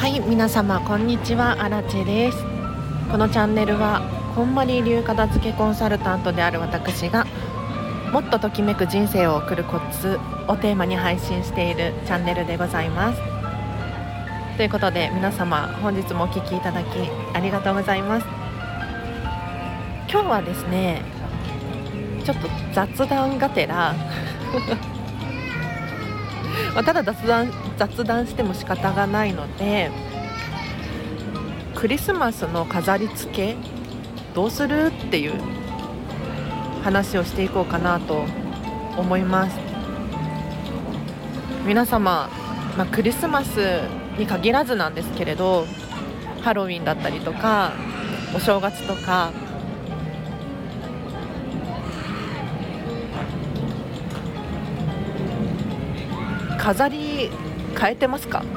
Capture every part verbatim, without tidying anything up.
はい、皆様こんにちは、アラチェです。このチャンネルはこんまり流片付けコンサルタントである私がもっとときめく人生を送るコツをテーマに配信しているチャンネルでございます。ということで皆様本日もお聞きいただきありがとうございます。今日はですね、ちょっと雑談がてらまあただ雑談雑談しても仕方がないので、クリスマスの飾り付けどうするっていう話をしていこうかなと思います。皆様、まあ、クリスマスに限らずなんですけれど、ハロウィンだったりとかお正月とか飾り変えてますか？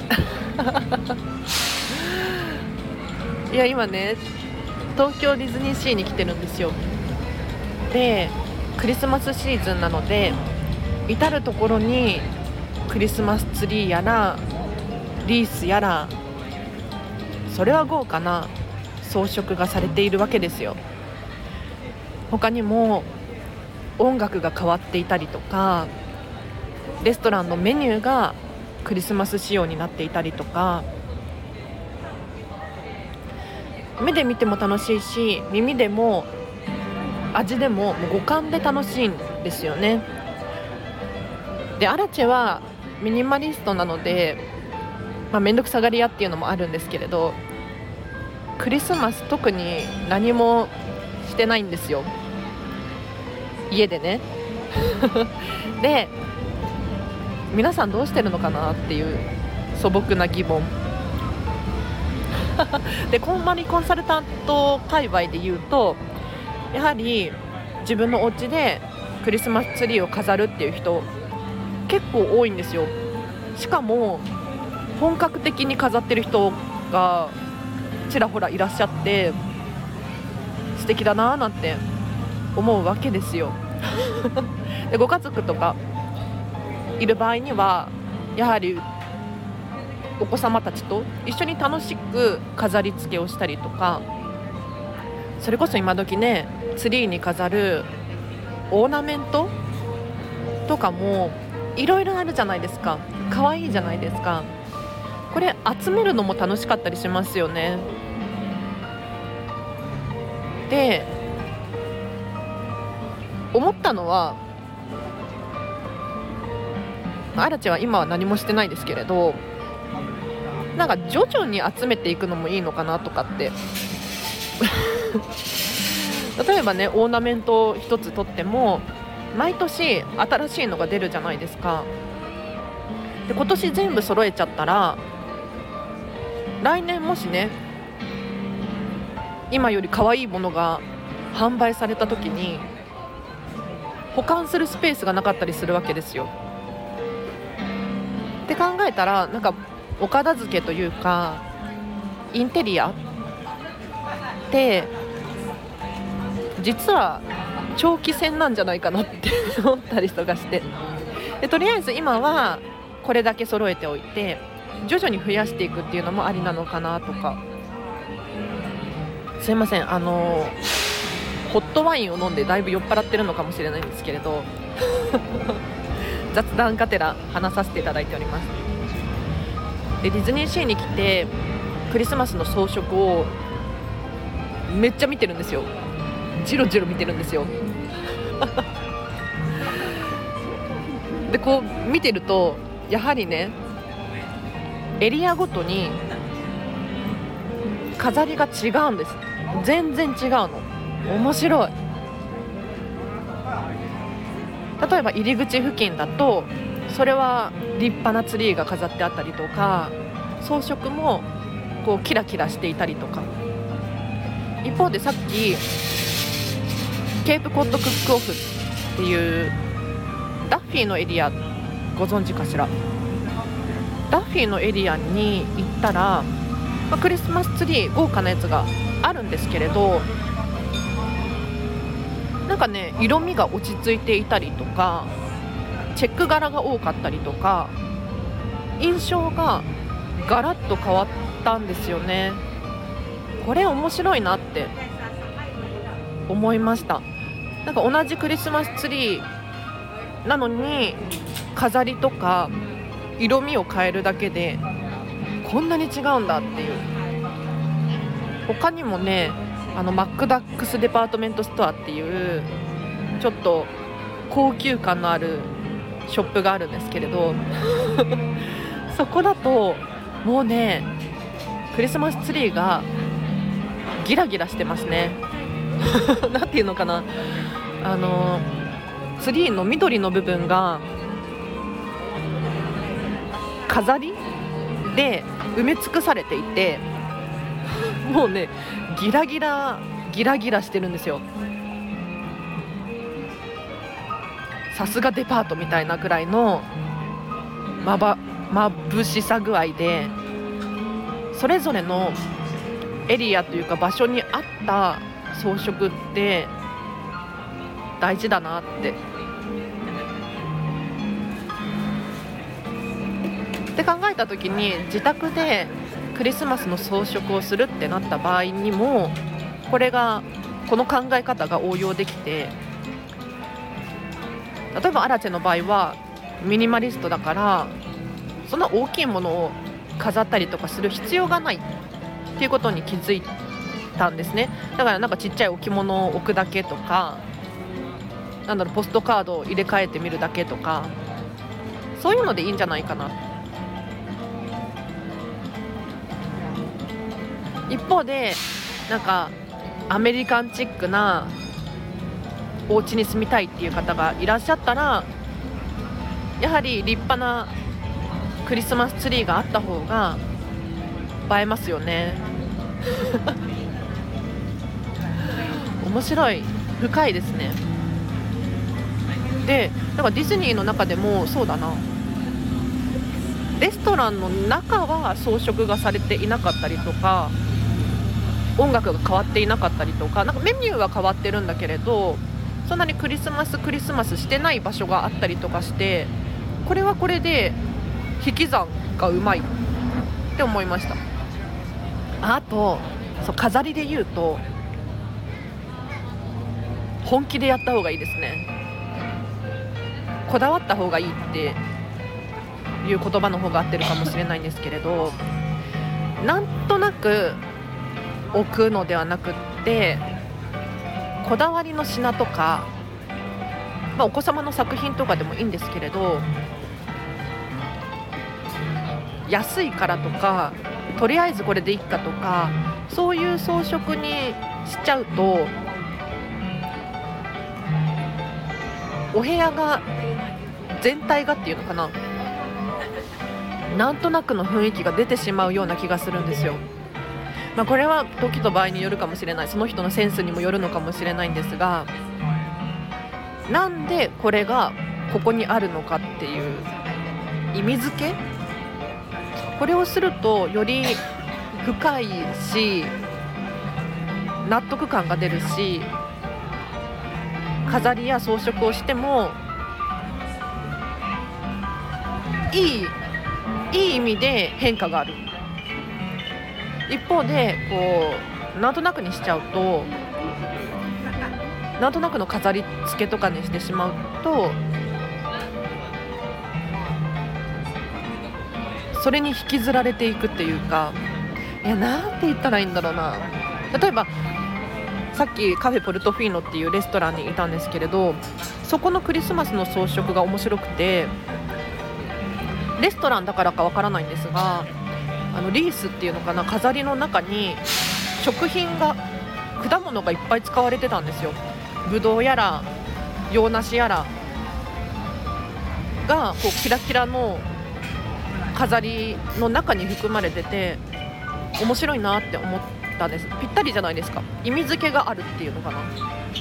いや今ね、東京ディズニーシーに来てるんですよ。でクリスマスシーズンなので、至る所にクリスマスツリーやらリースやら、それは豪華な装飾がされているわけですよ。他にも音楽が変わっていたりとか、レストランのメニューがクリスマス仕様になっていたりとか、目で見ても楽しいし、耳でも味でも、もう五感で楽しいんですよね。でアラチェはミニマリストなので、まあ、めんどくさがり屋っていうのもあるんですけれど、クリスマス特に何もしてないんですよ、家でね。で皆さんどうしてるのかなっていう素朴な疑問でこんまりコンサルタント界隈で言うと、やはり自分のお家でクリスマスツリーを飾るっていう人結構多いんですよ。しかも本格的に飾ってる人がちらほらいらっしゃって、素敵だななんて思うわけですよ。でご家族とかいる場合には、やはりお子様たちと一緒に楽しく飾り付けをしたりとか、それこそ今時ね、ツリーに飾るオーナメントとかもいろいろあるじゃないですか。可愛いじゃないですか。これ集めるのも楽しかったりしますよね。で思ったのは、アラチェは今は何もしてないですけれど、なんか徐々に集めていくのもいいのかなとかって例えばね、オーナメント一つとっても毎年新しいのが出るじゃないですか。で今年全部揃えちゃったら、来年もしね、今より可愛いものが販売された時に保管するスペースがなかったりするわけですよ。って考えたら、なんかお片付けというかインテリアって実は長期戦なんじゃないかなって思ったりとかして、でとりあえず今はこれだけ揃えておいて徐々に増やしていくっていうのもありなのかなとか。すいません、あのホットワインを飲んでだいぶ酔っ払ってるのかもしれないんですけれど雑談がてら話させていただいております。でディズニーシーに来てクリスマスの装飾をめっちゃ見てるんですよ。ジロジロ見てるんですよでこう見てると、やはりね、エリアごとに飾りが違うんです。全然違うの。面白い。例えば入り口付近だと、それは立派なツリーが飾ってあったりとか、装飾もこうキラキラしていたりとか。一方でさっきケープコッドクックオフっていうダッフィーのエリアご存知かしら。ダッフィーのエリアに行ったら、まあ、クリスマスツリー豪華なやつがあるんですけれど、なんかね、色味が落ち着いていたりとか、チェック柄が多かったりとか、印象がガラッと変わったんですよね。これ面白いなって思いました。なんか同じクリスマスツリーなのに飾りとか色味を変えるだけでこんなに違うんだっていう。他にもね、あのマックダックスデパートメントストアっていうちょっと高級感のあるショップがあるんですけれどそこだともうね、クリスマスツリーがギラギラしてますねなんていうのかな、あのツリーの緑の部分が飾りで埋め尽くされていて、もうねギラギラギラギラしてるんですよ。さすがデパートみたいなくらいのまば眩しさ具合で、それぞれのエリアというか場所に合った装飾って大事だなってって考えた時に、自宅でクリスマスの装飾をするってなった場合にもこれがこの考え方が応用できて、例えばアラチェの場合はミニマリストだからそんな大きいものを飾ったりとかする必要がないっていうことに気づいたんですね。だからなんかちっちゃい置物を置くだけとか、なんだろう、ポストカードを入れ替えてみるだけとか、そういうのでいいんじゃないかな。一方でなんかアメリカンチックなお家に住みたいっていう方がいらっしゃったら、やはり立派なクリスマスツリーがあった方が映えますよね面白い、深いですね。で、だからディズニーの中でもそうだな、レストランの中は装飾がされていなかったりとか、音楽が変わっていなかったりとか、なんかメニューは変わってるんだけれど、そんなにクリスマスクリスマスしてない場所があったりとかして、これはこれで引き算がうまいって思いました。あとそう、飾りで言うと本気でやった方がいいですね。こだわった方がいいっていう言葉の方が合ってるかもしれないんですけれど、なんとなく置くのではなくって、こだわりの品とか、まあ、お子様の作品とかでもいいんですけれど、安いからとかとりあえずこれでいいかとか、そういう装飾にしちゃうとお部屋が全体がっていうのかな、なんとなくの雰囲気が出てしまうような気がするんですよ。まあ、これは時と場合によるかもしれない、その人のセンスにもよるのかもしれないんですが、なんでこれがここにあるのかっていう意味付け、これをするとより深いし納得感が出るし、飾りや装飾をしてもいいいい意味で変化がある。一方でこうなんとなくにしちゃうと、なんとなくの飾り付けとかにしてしまうと、それに引きずられていくっていうか、いや、なんて言ったらいいんだろうな。例えばさっきカフェポルトフィーノっていうレストランにいたんですけれど、そこのクリスマスの装飾が面白くて、レストランだからかわからないんですが、あのリースっていうのかな、飾りの中に食品が、果物がいっぱい使われてたんですよ。ぶどうやら洋梨やらがこうキラキラの飾りの中に含まれてて面白いなって思ったんです。ぴったりじゃないですか。意味付けがあるっていうのかな。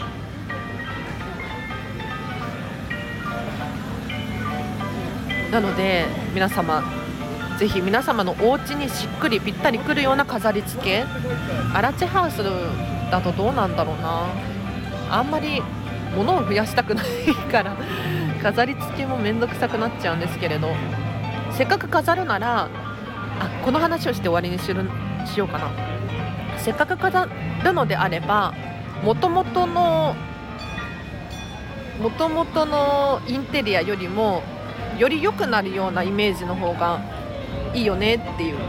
なので皆様、ぜひ皆様のお家にしっくりぴったりくるような飾り付け、アラチェハウスだとどうなんだろうな、あんまり物を増やしたくないから飾り付けもめんどくさくなっちゃうんですけれど、せっかく飾るならあこの話をして終わりにしるしようかな。せっかく飾るのであれば元々の元々のインテリアよりもより良くなるようなイメージの方がいいよねっていう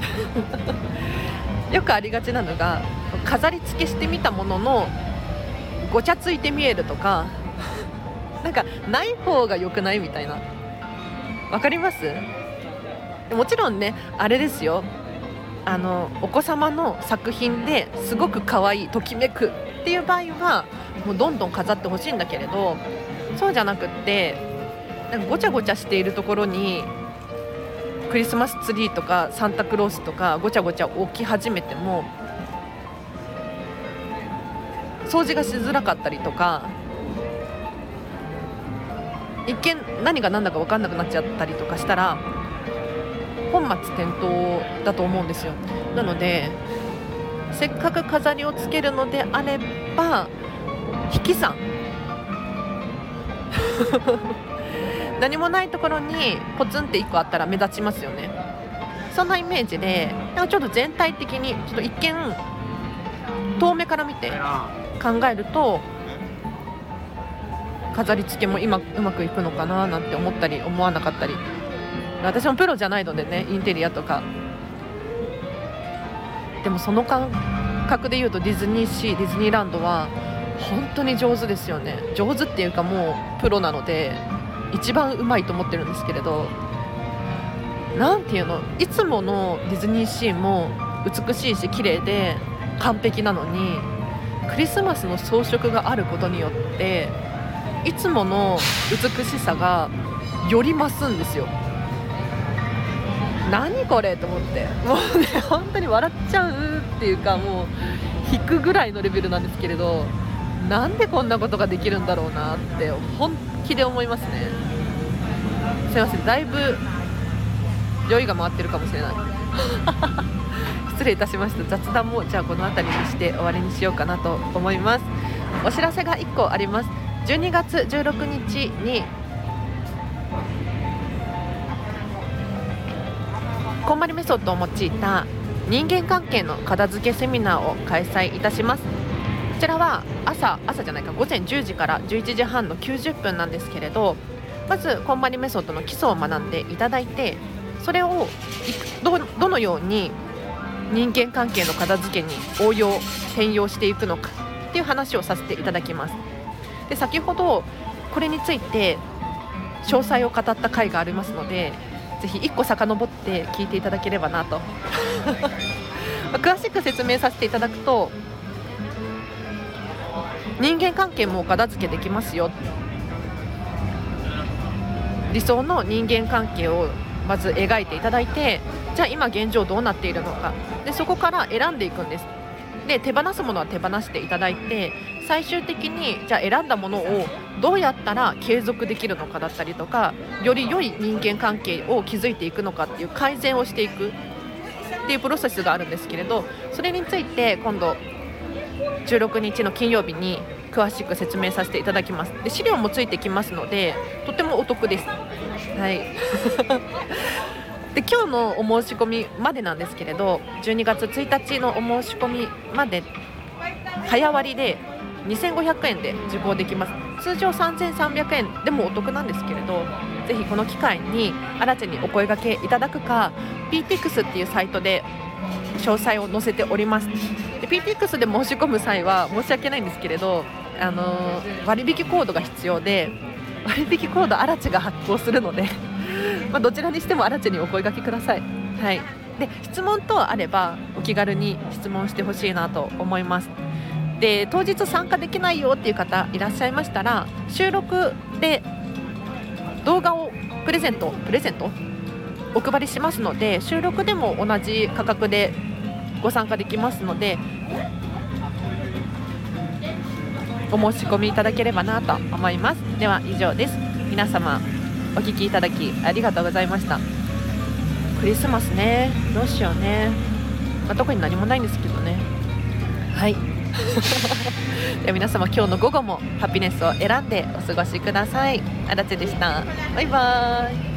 よくありがちなのが飾り付けしてみたもののごちゃついて見えるとかなんかない方が良くないみたいな、わかります？もちろんねあれですよ、あのお子様の作品ですごく可愛いときめくっていう場合はもうどんどん飾ってほしいんだけれど、そうじゃなくってなんかごちゃごちゃしているところにクリスマスツリーとかサンタクロースとかごちゃごちゃ置き始めても掃除がしづらかったりとか、一見何が何だか分かんなくなっちゃったりとかしたら本末転倒だと思うんですよ。なのでせっかく飾りをつけるのであれば引き算何もないところにポツンっていっこあったら目立ちますよね。そんなイメージでちょっと全体的にちょっと一見遠目から見て考えると飾り付けも今うまくいくのかななんて思ったり思わなかったり、私もプロじゃないのでねインテリアとかでもその感覚で言うとディズニーシーディズニーランドは本当に上手ですよね。上手っていうかもうプロなので一番うまいと思ってるんですけれど、なんていうの、いつものディズニーシーも美しいし綺麗で完璧なのにクリスマスの装飾があることによっていつもの美しさがより増すんですよ。何これと思って、もうね本当に笑っちゃうっていうかもう引くぐらいのレベルなんですけれど、なんでこんなことができるんだろうなって本気で思いますね。すいません、だいぶ酔いが回ってるかもしれない失礼いたしました。雑談もじゃあこの辺りにして終わりにしようかなと思います。お知らせがいっこあります。じゅうにがつじゅうろくにちにこんまりメソッドを用いた人間関係の片付けセミナーを開催いたします。こちらは朝朝じゃないかごぜんじゅうじからじゅういちじはんのきゅうじゅっぷんなんですけれど、まずこんまりメソッドの基礎を学んでいただいて、それを ど, どのように人間関係の片付けに応用転用していくのかっていう話をさせていただきます。で先ほどこれについて詳細を語った回がありますので、ぜひいっこ遡って聞いていただければなと詳しく説明させていただくと、人間関係も片付けできますよ、理想の人間関係をまず描いていただいて、じゃあ今現状どうなっているのかでそこから選んでいくんです。で手放すものは手放していただいて、最終的にじゃあ選んだものをどうやったら継続できるのかだったりとか、より良い人間関係を築いていくのかっていう改善をしていくっていうプロセスがあるんですけれど、それについて今度じゅうろくにちの金曜日に詳しく説明させていただきます。で資料もついてきますのでとてもお得です。はいで今日のお申し込みまでなんですけれど、じゅうにがつついたちのお申し込みまで早割でにせんごひゃくえんで受講できます。通常さんぜんさんびゃくえんでもお得なんですけれど、ぜひこの機会にあらちにお声掛けいただくか ピーティーエックス っていうサイトで詳細を載せております。で ピーティーエックス で申し込む際は申し訳ないんですけれど、あのー、割引コードが必要で、割引コードあらちが発行するのでまあどちらにしてもあらちにお声掛けください。はい、で質問等あればお気軽に質問してほしいなと思います。で当日参加できないよっていう方いらっしゃいましたら、収録で動画をプレゼントプレゼントお配りしますので、収録でも同じ価格でご参加できますので、お申し込みいただければなと思います。では以上です。皆様お聞きいただきありがとうございました。クリスマスね、どうしようね、まあ、特に何もないんですけどね。はいでは皆様今日の午後もハピネスを選んでお過ごしください。あらちでした。バイバーイ。